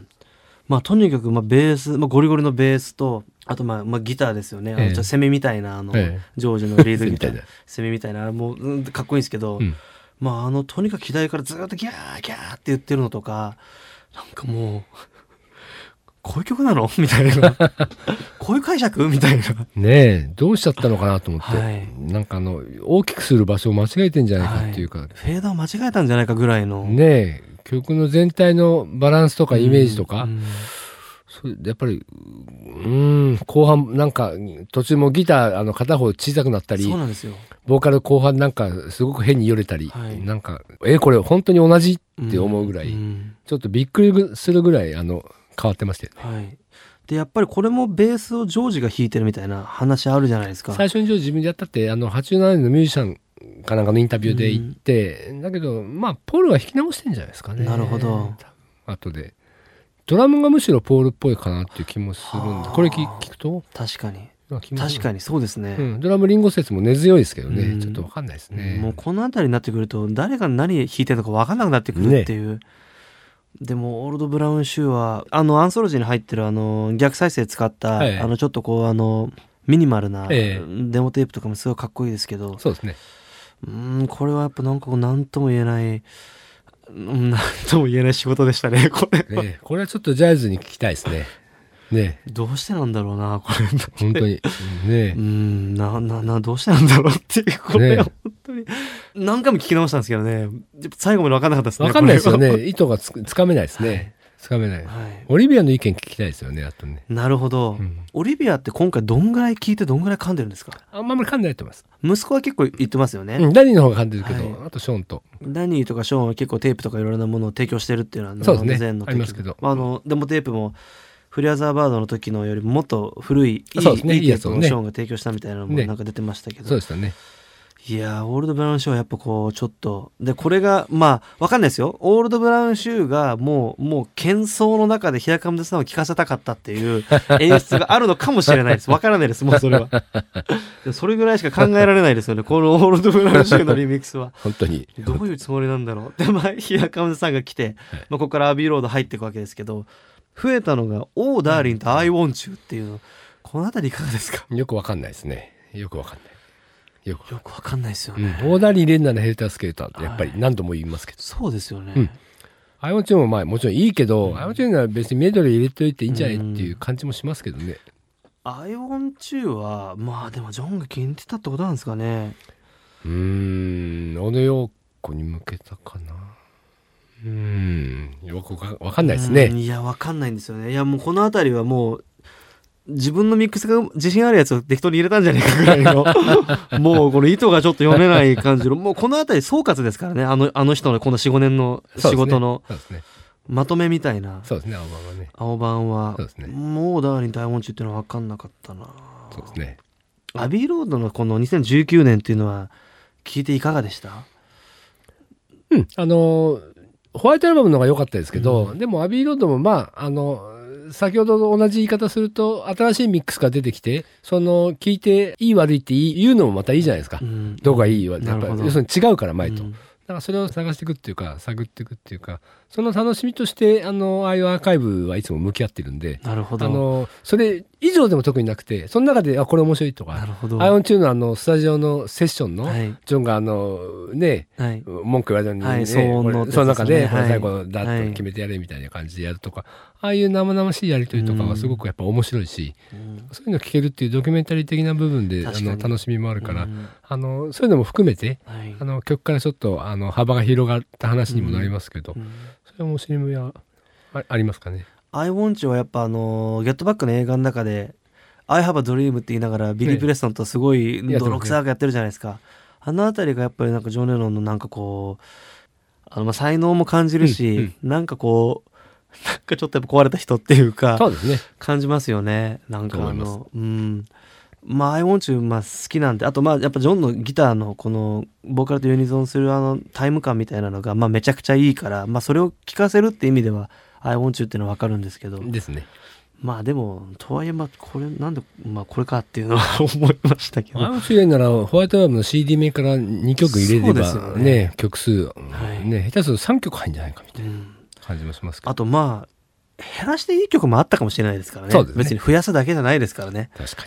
とにかくベース、ゴリゴリのベースとあとギターですよね。セミみたいなジョージのリードギターセミみたいなもうかっこいいんですけど、とにかく左からずっとギャーギャーって言ってるのとかなんかもうこういう曲なのみたいなこういう解釈みたいなねえ、どうしちゃったのかなと思って、はい、なんか大きくする場所を間違えてんじゃないかっていうか、はい、 フェーダーを間違えたんじゃないかぐらいのねえ、曲の全体のバランスとかイメージとか、それやっぱり後半なんか途中もギター片方小さくなったり、 そうなんですよ、 ボーカル後半なんかすごく変によれたり、はい、なんかこれ本当に同じって思うぐらい、ちょっとびっくりするぐらい変わってましたよね。はい、 でやっぱりこれもベースをジョージが弾いてるみたいな話あるじゃないですか。 最初にジョージ自分でやったって87年のミュージシャンかなんかのインタビューで言って、だけどまあポールが弾き直してんじゃないですかね。なるほど。後でドラムがむしろポールっぽいかなっていう気もするんで、これ聞くと確かにそうですね、 ドラムリンゴ説も根強いですけどね、ちょっと分かんないですね。 もうこの辺りになってくると誰が何弾いてるのか分かんなくなってくるっていう、でもオールドブラウンシューはアンソロジーに入ってる逆再生使った、はい、ちょっとこうミニマルなデモテープとかもすごいかっこいいですけど、 そうですね、 これはやっぱなんかこう何とも言えない仕事でしたねこれこれはちょっとジャイズに聞きたいですね。ね、 どうしてなんだろうなこれ本当にね、 どうしてなんだろうっていう、これは本当に何回も聞き直したんですけどね、最後まで分かんなかったですね。 分かんないですよね、意図がつかめないですね、つかめない、はい、オリビアの意見聞きたいですよね。あとね、 なるほど、オリビアって今回どんぐらい聞いてどんぐらい噛んでるんですか？ あんまり噛んでないと思います。 息子は結構言ってますよね、 ダニーの方が噛んでるけど、あとショーンとダニーとかショーンは結構テープとかいろいろなものを提供してるっていうのはそうですね、ありますけど、 でもテープもフリーアザーバードの時のよりもっと古いいいテープをショーンが提供したみたいなのもなんか出てましたけど、 そうでしたね。 いやオールドブラウンシューはやっぱこうちょっとで、これがまあ分かんないですよ、オールドブラウンシューがもう喧騒の中でヒアカムデスナを聴かせたかったっていう演出があるのかもしれないです。分からないです、もうそれはそれぐらいしか考えられないですよねこのオールドブラウンシューのリミックスは本当にどういうつもりなんだろう。でヒアカムデさんが来て、ここからアビーロード入っていくわけですけど、増えたのが「オーダーリン」と「アイ・ウォンチュー」っていうの、このあたりいかがですか？ よくわかんないですね。よくわかんないよくわかんないですよね。 オーダーリン・レンナーのヘルタースケルターってやっぱり何度も言いますけど、 そうですよね。 アイ・ウォンチューもまあもちろんいいけど、アイ・ウォンチューは別にメドレー入れといていいんじゃないっていう感じもしますけどね。 アイ・ウォンチューはまあでもジョンが気に入ってたってことなんですかね。 小野洋子に向けたかな。よくわかんないですね。 いやわかんないんですよね。いやもうこの辺りはもう自分のミックスが自信あるやつを適当に入れたんじゃないかぐらいのもうこの意図がちょっと読めない感じの、もうこの辺り総括ですからね、あの人のこの 4,5 年の仕事のまとめみたいな。 そうですね、青版はね。 青版はそうですね、もうダーリン・ダイモンチュっていうのは分かんなかったな。 そうですね。 アビーロードのこの2019年っていうのは聞いていかがでした？ ホワイトアルバムの方が良かったですけど、でもアビーロードもまあ先ほどと同じ言い方すると新しいミックスが出てきて、聞いていい悪いって言うのもまたいいじゃないですか、どうがいいはやっぱり要するに違うから前と、だからそれを探していくっていうか探っていくっていうか、その楽しみとしてああいうアーカイブはいつも向き合ってるんで、 なるほど、 それ以上でも特になくて、その中でこれ面白いとか、アイオンチューのスタジオのセッションの、ジョンが文句言われたのに、その中で最後だっと決めてやれみたいな感じでやるとか、ああいう生々しいやり取りとかはすごくやっぱ面白いし、そういうの聞けるっていうドキュメンタリー的な部分で楽しみもあるから、そういうのも含めて、曲からちょっと幅が広がった話にもなりますけど、それも面白みはありますかね。 アイ・ウォンチュはやっぱゲットバックの映画の中で「I have a dream」って言いながらビリー・プレストンとすごい泥臭くやってるじゃないですか。あのあたりがやっぱりなんかジョン・レノンのなんかこう才能も感じるし、なんかこうなんかちょっとやっぱ壊れた人っていうか、 そうですね、 感じますよね。なんかまあアイ・ウォンチュ好きなんで、あとやっぱジョンのギターのこのボーカルとユニゾンするタイム感みたいなのがめちゃくちゃいいから、それを聴かせるって意味ではI want you っていうのは分かるんですけどですね。 でもとはいえこれなんでこれかっていうのは思いましたけど、 I want you ならホワイトアルバムの CD 名から2曲入れればね、曲数ね、下手すると3曲入るんじゃないかみたいな感じもしますけど、 あと減らしていい曲もあったかもしれないですからね。別に増やすだけじゃないですからね。 確か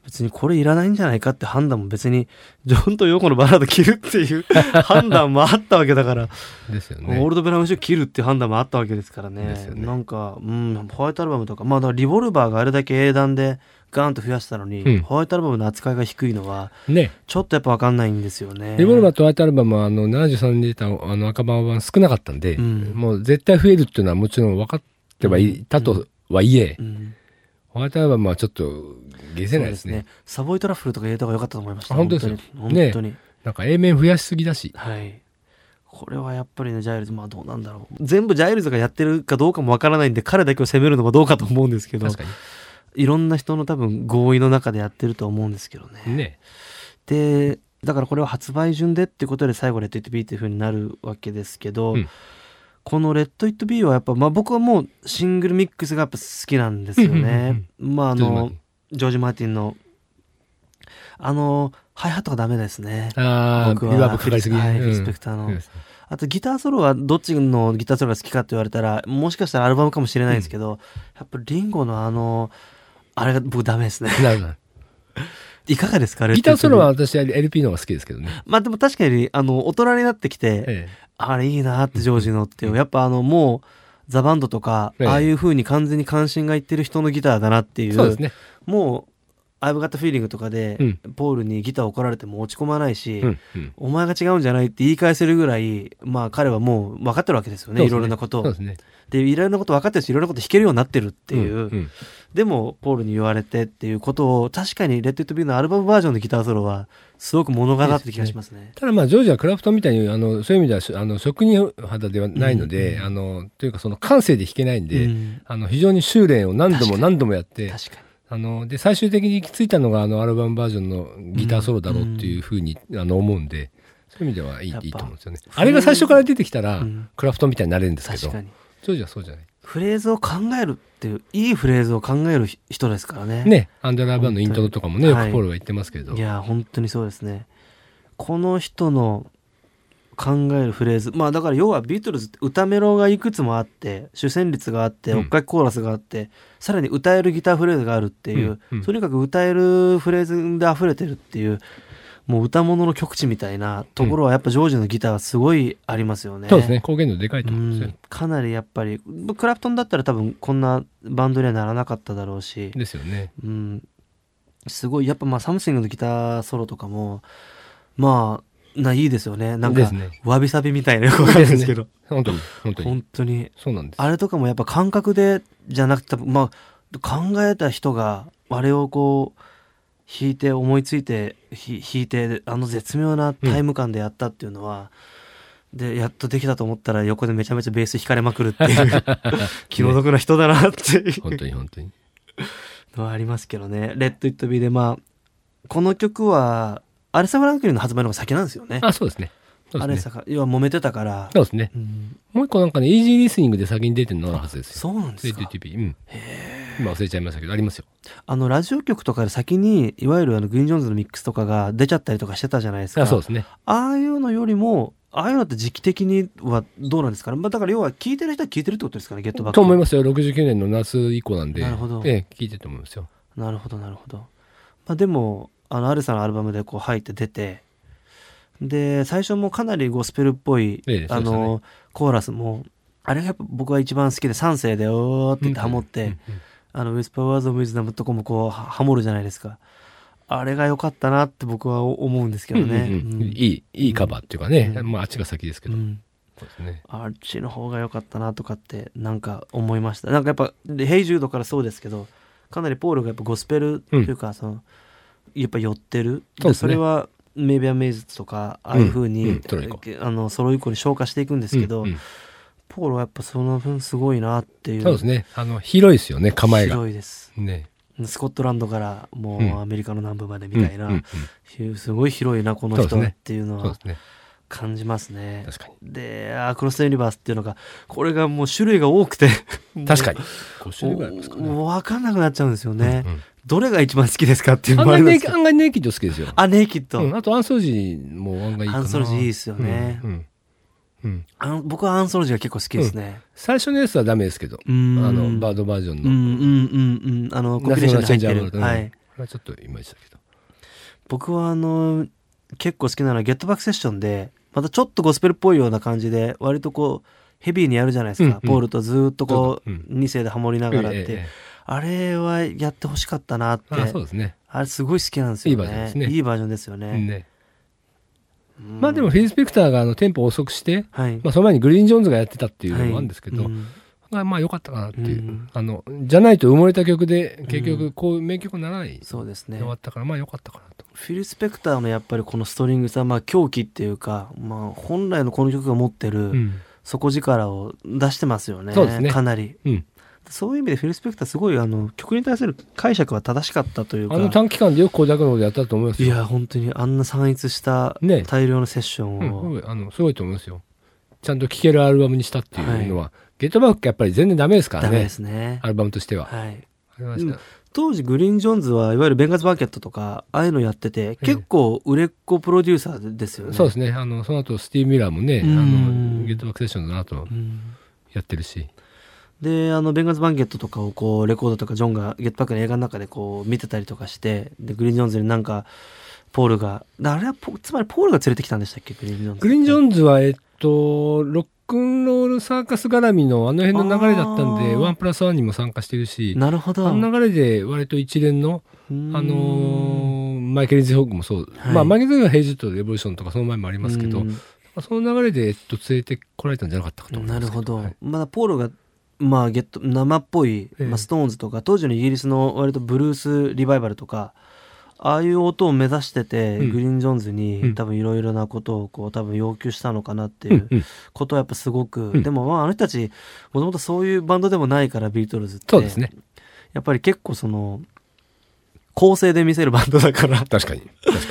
別にこれいらないんじゃないかって判断も別にジョンとヨーコのバラード切るっていう判断もあったわけだからですよね。 オールド・ブラウン・シュー切るっていう判断もあったわけですからね。 ですよね。 なんか、ホワイトアルバムとかまあだからリボルバーがあれだけ英断でガーンと増やしたのに、ホワイトアルバムの扱いが低いのはちょっとやっぱ分かんないんですよね。 リボルバーとホワイトアルバムは73年で出た赤版は少なかったんで、もう絶対増えるっていうのはもちろん分かってはいたとはいえ、ホワイトアルバムはちょっと下せないですね。 サボイトラッフルとか入れた方が良かったと思いました。 本当ですよ。本当に。なんか A 面増やしすぎだし。 はい。これはやっぱりね、ジャイルズ、まあどうなんだろう。全部ジャイルズがやってるかどうかもわからないんで、彼だけを責めるのもどうかと思うんですけど、 確かに。 いろんな人の多分合意の中でやってると思うんですけどね。 ね。 で、だからこれは発売順でっていうことで最後レッド・イット・ビーっていう風になるわけですけど、このレッド・イット・ビーはやっぱ、まあ僕はもうシングルミックスがやっぱ好きなんですよね。まあジョージ・マーティンのハイハットがダメですね。 僕はリバーブかかりすぎ。 リスペクターの。あとギターソロはどっちのギターソロが好きかって言われたらもしかしたらアルバムかもしれないんですけど、やっぱリンゴのあれが僕ダメですね。いかがですか？ ギターソロは私は LP の方が好きですけどね。 まあでも確かに大人になってきて、あれいいなってジョージのっていう、やっぱもうザ・バンドとか、ああいう風に完全に関心がいってる人のギターだなっていう。 そうですね。 もうI've Got a Feeling とかで、ポールにギター怒られても落ち込まないし、お前が違うんじゃないって言い返せるぐらい、まあ彼はもう分かってるわけですよね、いろいろなことを。で、いろいろなこと分かってるし、いろんなこと弾けるようになってるっていう。でも、ポールに言われてっていうことを、確かにレッド・イット・ビーのアルバムバージョンのギターソロは、すごく物語って気がしますね。 ただまあ、ジョージはクラフトンみたいに、そういう意味では、職人肌ではないので、というかその感性で弾けないんで、非常に修練を何度も何度もやって、 確かに。 で最終的に行き着いたのがアルバムバージョンのギターソロだろうっていうふうに思うんで、そういう意味ではいいと思うんですよね。あれが最初から出てきたら、クラフトみたいになれるんですけど、ジョージはそうじゃない。 フレーズを考えるっていう、いいフレーズを考える人ですからね。 ね、アンダーラーバンのイントロとかもね、よくポールが言ってますけど。 いや、本当にそうですね。この人の考えるフレーズ、まあだから要はビートルズって歌メロがいくつもあって主旋律があって追っかけコーラスがあって、さらに歌えるギターフレーズがあるっていう、とにかく歌えるフレーズで溢れてるっていう、もう歌物の極致みたいなところはやっぱジョージのギターはすごいありますよね。 そうですね、貢献度でかいと思うんですよ。 かなりやっぱりクラプトンだったら多分こんなバンドにはならなかっただろうしですよね。 すごいやっぱまあサムシングのギターソロとかもまあいいですよね。なんかわびさびみたいなよくわかるんですけど、 本当にそうなんです。あれとかもやっぱ感覚でじゃなくて、まあ考えた人があれをこう弾いて思いついて弾いて絶妙なタイム感でやったっていうのは、でやっとできたと思ったら横でめちゃめちゃベース弾かれまくるっていう気の毒な人だなっていう本当にのはありますけどね。レッド・イット・ビーでまあこの曲はアレサ・フランクリンの発売の方が先なんですよね。 そうですね。 アレサが要は揉めてたから。 そうですね。もう一個なんかね、イージーリスニングで先に出てるのがはずですよ。 そうなんですか。 今忘れちゃいましたけど、ありますよ。 ラジオ局とかで先にいわゆるグリーン・ジョーンズのミックスとかが出ちゃったりとかしてたじゃないですか。 そうですね。 ああいうのよりもああいうのって時期的にはどうなんですかね。だから要は聞いてる人は聞いてるってことですかね。ゲットバックと思いますよ。69年の夏以降なんで。 なるほど。 聞いてると思いますよ。 なるほど。でもアレサのアルバムでこう入って出て、で最初もかなりゴスペルっぽい、コーラスもあれがやっぱ僕は一番好きで、3声でおーって言ってハモって、ウィスパーワーズ・オブ・ウィズダムとかもこうハモるじゃないですか。あれが良かったなって僕は思うんですけどね。 いいカバーっていうかね、まああっちが先ですけど、そうですね、 あっちの方が良かったなとかってなんか思いました。なんかやっぱヘイジュードからそうですけど、かなりポールがやっぱゴスペルっていうか、やっぱ寄ってる。それはメイビア・メイズとかああいう風に、ソロ以降に昇華していくんですけど、ポールはやっぱその分すごいなっていう。 そうですね。広いですよね、構えが。 広いですね。スコットランドからもうアメリカの南部までみたいな、すごい広いなこの人っていうのは感じますね。 確かに。 で、アクロス・ザ・ユニバースっていうのが、これがもう種類が多くて確かに5種類ぐらいありますかね。 もう分かんなくなっちゃうんですよね。どれが一番好きですかっていうのもありますけど、案外ネイキッド好きですよ。 ネイキッド。 あとアンソロジーも案外いいかな。 アンソロジーいいですよね。僕はアンソロジーが結構好きですね。 最初のやつはダメですけど、バードバージョンの。 コピーレーションに入ってる。 れはちょっといまいちだけど。 僕は結構好きなのはゲットバックセッションでまたちょっとゴスペルっぽいような感じで割とこうヘビーにやるじゃないですか、ポールとずっとこう2声でハモりながらって、あれはやってほしかったなって。 そうですね。 あれすごい好きなんですよね。 いいバージョンですね。 いいバージョンですよね。 まあでもフィル・スペクターがテンポを遅くして、まあその前にグリーン・ジョーンズがやってたっていうのもあるんですけど、まあ良かったかなっていう、じゃないと埋もれた曲で結局こう名曲にならない、 そうですね。 終わったからまあ良かったかなと。 フィル・スペクターのやっぱりこのストリングスはまあ狂気っていうか、まあ本来のこの曲が持ってる底力を出してますよね。 そうですね。 かなり。そういう意味でフィル・スペクターすごい曲に対する解釈は正しかったというか、 短期間でよくこれだけのことやったと思いますよ。 いや本当にあんな散逸した大量のセッションを、すごいと思いますよ。ちゃんと聴けるアルバムにしたっていうのは、ゲットバックやっぱり全然ダメですからね。 ダメですね。 アルバムとしては。 当時グリーン・ジョーンズはいわゆるベンガーズ・バーケットとかああいうのやってて、結構売れっ子プロデューサーですよね。 そうですね。その後スティーブ・ミラーもね、ゲットバックセッションの後やってるし。 でベンガーズ・バンケットとかをこうレコードとかジョンがゲットバックの映画の中でこう見てたりとかして、でグリーン・ジョーンズになんかポールがあれはつまりポールが連れてきたんでしたっけ、グリーン・ジョーンズ。 グリーン・ジョーンズはロックンロールサーカス絡みの辺の流れだったんで、ワンプラスワンにも参加してるし、 なるほど。 流れで割と一連のマイケル・ズ・ホークもそう、まあマイケル・ズ・ホークはヘイジット・レボリューションとかその前もありますけど、その流れで連れてこられたんじゃなかったかと思います。 なるほど。まだポールがまあ生っぽい、ストーンズとか当時のイギリスの割とブルースリバイバルとかああいう音を目指してて、グリーン・ジョーンズに多分いろいろなことをこう多分要求したのかなっていうことはやっぱすごく、でもまあ人たちもともとそういうバンドでもないから、ビートルズってそうですね、 やっぱり結構構成で見せるバンドだから確かに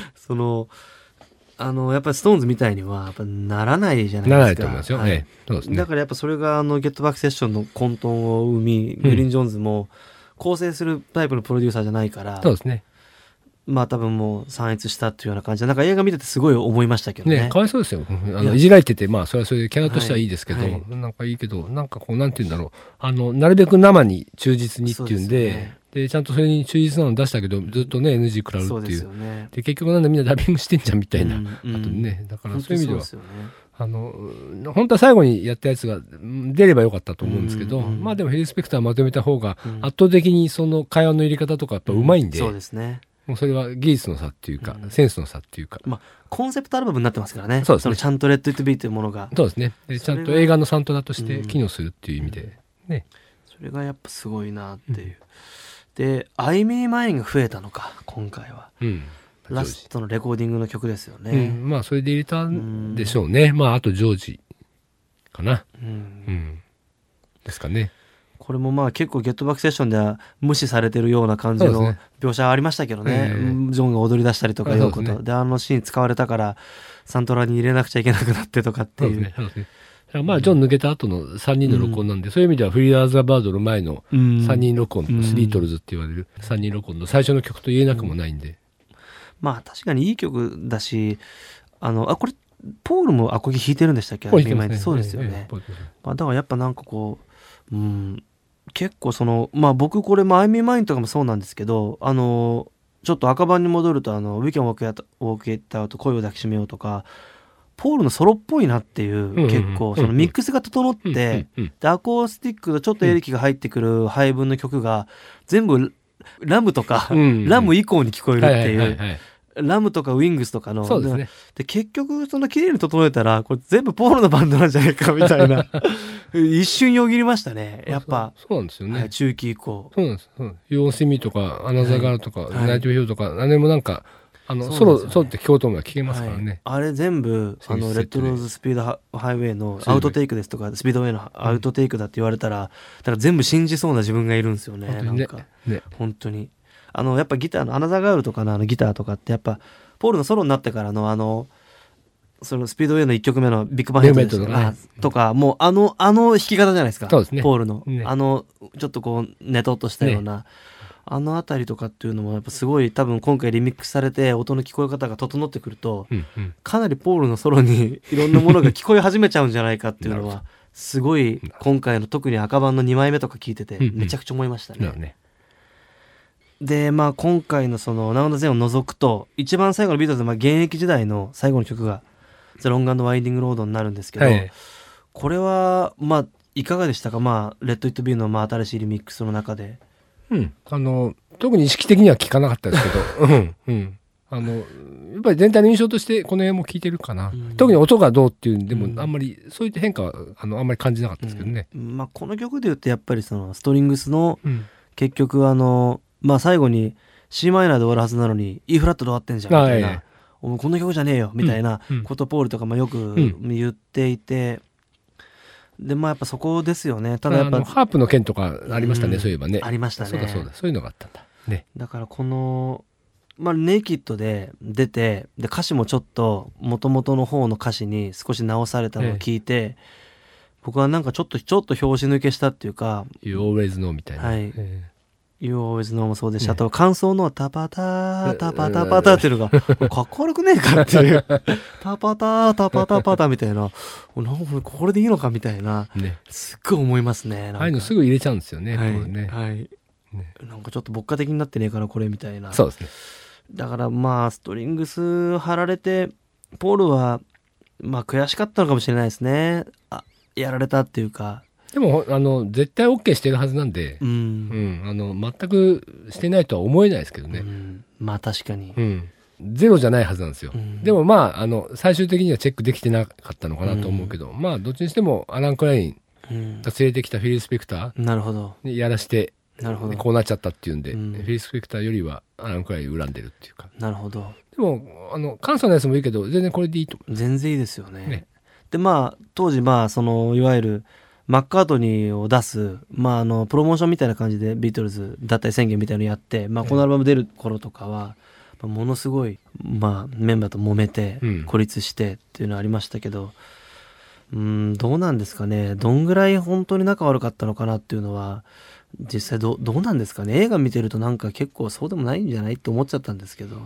やっぱりストーンズみたいにはやっぱならないじゃないですか。 ならないと思いますよ、そうですね。 だからやっぱそれがゲットバックセッションの混沌を生み、グリーン・ジョーンズも構成するタイプのプロデューサーじゃないから、 そうですね。 まあ多分もう散逸したっていうような感じで、なんか映画見ててすごい思いましたけどね。 かわいそうですよ。いじられてて、まあそれはそれでキャラとしてはいいですけど、なんかいいけど、なんかこうなんて言うんだろう、なるべく生に忠実にっていうんで、でちゃんとそれに忠実なの出したけどずっとね NG 食らうっていう。で結局なんだみんなダビングしてんじゃんみたいな、あとね、だからそういう意味では本当は最後にやったやつが出ればよかったと思うんですけど、まあでもヘリスペクターまとめた方が圧倒的にその会話の入れ方とかやっぱうまいんで、 そうですね。 もうそれは技術の差っていうか、センスの差っていうか、 まあコンセプトアルバムになってますからね。 そうですね。 ちゃんとレッド・イット・ビーというものが、 そうですね。でちゃんと映画のサントラとして機能するっていう意味でね、 それがやっぱすごいなっていう。でアイミー・マインが増えたのか今回は、ラストのレコーディングの曲ですよね。 まあそれで入れたんでしょうね。まああとジョージかな、ですかね。 これもまあ結構ゲットバックセッションでは無視されてるような感じの描写ありましたけどね。ジョンが踊り出したりとかいうことで、シーン使われたからサントラに入れなくちゃいけなくなってとかっていう。 まあジョン抜けた後の3人の録音なんで、そういう意味ではフリー・アザーバードの前の3人録音、スリートルズって言われる3人録音の最初の曲と言えなくもないんで、 まあ確かにいい曲だし、これポールもアコギ弾いてるんでしたっけ？そうですよね。だからやっぱなんかこう、結構まあ僕これもアイミーマインとかもそうなんですけど、ちょっと赤版に戻るとウィキャンウォークエッターと恋を抱きしめようとか、ポールのソロっぽいなっていう、結構ミックスが整って、でアコースティックとちょっとエレキが入ってくる配分の曲が全部ラムとか、ラム以降に聞こえるっていう。ラムとかウィングスとかの、 そうですね。 で結局綺麗に整えたらこれ全部ポールのバンドなんじゃないかみたいな一瞬よぎりましたね。やっぱそうなんですよね。 中期以降。 そうなんです。ユーシミとかアナザーガールとかナイトヒルとか、あれもなんかソロって聞こうと思えば聞けますからね。 あれ全部レッドローズスピードハイウェイのアウトテイクですとかスピードウェイのアウトテイクだって言われたら、だから全部信じそうな自分がいるんですよね。なんか本当にやっぱギターのアナザーガールとかのギターとかってやっぱポールのソロになってからのそのスピードウェイの1曲目のビッグバンヘッドですとかもう弾き方じゃないですか。ポールのちょっとこうネトッとしたようなあたりとかっていうのもやっぱすごい多分今回リミックスされて音の聞こえ方が整ってくると、かなりポールのソロにいろんなものが聞こえ始めちゃうんじゃないかっていうのはすごい今回の特に赤版の2枚目とか聞いててめちゃくちゃ思いましたね。 でまあ今回のそのナウンドゼンを除くと一番最後のビートルズ、まあ、現役時代の最後の曲がザ・ロング&ワインディング・ロードになるんですけど、はい、これはまあいかがでしたか？まあレッド・イット・ビーのまあ新しいリミックスの中で。 特に意識的には聞かなかったですけどやっぱり全体の印象としてこの辺も聞いてるかな、特に音がどうっていうんでもあんまりそういった変化はあんまり感じなかったですけどね、 まあ、この曲で言うとやっぱりそのストリングスの結局まあ、最後に C マイナーで終わるはずなのに E フラットで終わってんじゃんみたいな、こんな曲じゃねえよみたいなことをポールとかもよく言っていて、でまあやっぱそこですよね。ただやっぱハープの件とかありましたね、そういえばね。 ありましたね。 そうだそういうのがあったんだね。 だからこのまあネイキッドで出て、で歌詞もちょっと元々の方の歌詞に少し直されたのを聞いて、僕はなんかちょっと拍子抜けしたっていうか、 You always know みたいな、 はいYou always know もそうでした、あと感想のタパタータパタパタっていうのがかっこ悪くねえかっていうタパタータパタパタみたいな、これでいいのかみたいな、すっごい思いますね。 ああいうのすぐ入れちゃうんですよね。 なんかちょっと牧歌的になってねえからこれみたいな。 そうですね。 だからまあストリングス貼られてポールはまあ悔しかったのかもしれないですね。やられたっていうか。 でも絶対 OK してるはずなんで、全くしてないとは思えないですけどね、 まあ確かに、 ゼロじゃないはずなんですよ、でもまあ最終的にはチェックできてなかったのかなと思うけど、まあどっちにしてもアラン・クラインが連れてきたフィル・スペクターにやらしてこうなっちゃったっていうんで、フィル・スペクターよりはアラン・クライン恨んでるっていうか。 なるほど。 でも簡素なやつもいいけど全然これでいいと思う。 全然いいですよね。でまあ当時まあそのいわゆるマッカートニーを出す、まあ、プロモーションみたいな感じでビートルズ脱退宣言みたいなのやって、まあ、このアルバム出る頃とかは、ものすごい、まあ、メンバーと揉めて孤立してっていうのはありましたけど、どうなんですかね。どんぐらい本当に仲悪かったのかなっていうのは実際どうなんですかね。映画見てるとなんか結構そうでもないんじゃないって思っちゃったんですけど。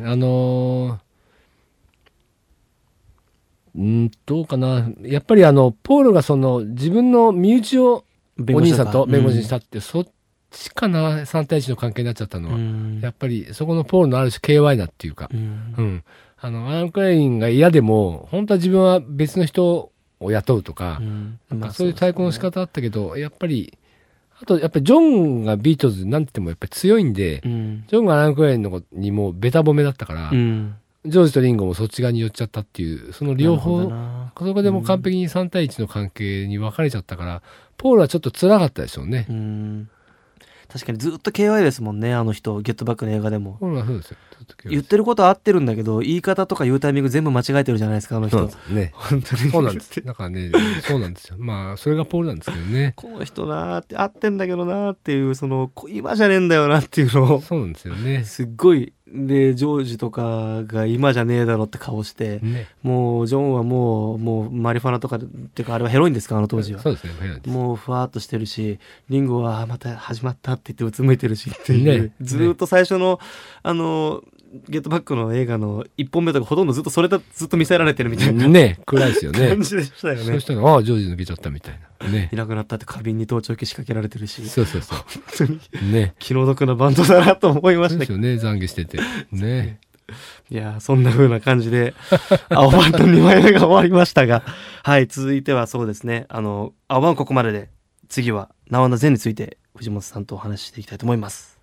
どうかな。やっぱりポールが自分の身内をお兄さんと弁護士にしたって、そっちかな、3対1の関係になっちゃったのは。やっぱりそこのポールのある種 KY なっていうか、アラン・クラインが嫌でも、本当は自分は別の人を雇うとか、そういう対抗の仕方あったけど、やっぱりジョンがビートルズなんて言ってもやっぱり強いんで、ジョンがアラン・クラインのにもベタ褒めだったから、ジョージとリンゴもそっち側に寄っちゃったっていう、その両方、そこでも完璧に3対1の関係に分かれちゃったから、ポールはちょっと辛かったでしょうね。 確かにずっと KY ですもんね、あの人、ゲットバックの映画でも。 ポールはそうですよ。 言ってることは合ってるんだけど、言い方とか言うタイミング全部間違えてるじゃないですか、あの人。 そうですね。本当に。そうなんです。だからね、そうなんですよ。まあ、それがポールなんですけどね。 この人なーって、合ってんだけどなーっていう、今じゃねえんだよなっていうのを。 そうなんですよね。 すっごい。でジョージとかが今じゃねえだろって顔して、もうジョンはもうマリファナとかっていうかあれはヘロインですか、あの当時は。 そうですね、 もうふわっとしてるし、リンゴはまた始まったって言ってうつむいてるしっていう、ずっと最初のゲットバックの映画の1本目とかほとんどずっとそれだ、ずっと見せられてるみたいな暗いですよね。 感じでしたよね。 そうしたらジョージ抜けちゃったみたいなね。 いなくなったって花瓶に盗聴器仕掛けられてるし。 そう本当に気の毒なバンドだなと思いました。そうですよね、懺悔してていやそんな風な感じで青バンの2枚目が終わりましたが、はい続いてはそうですね、青バンここまでで、次はナワナゼンについて藤本さんとお話ししていきたいと思います。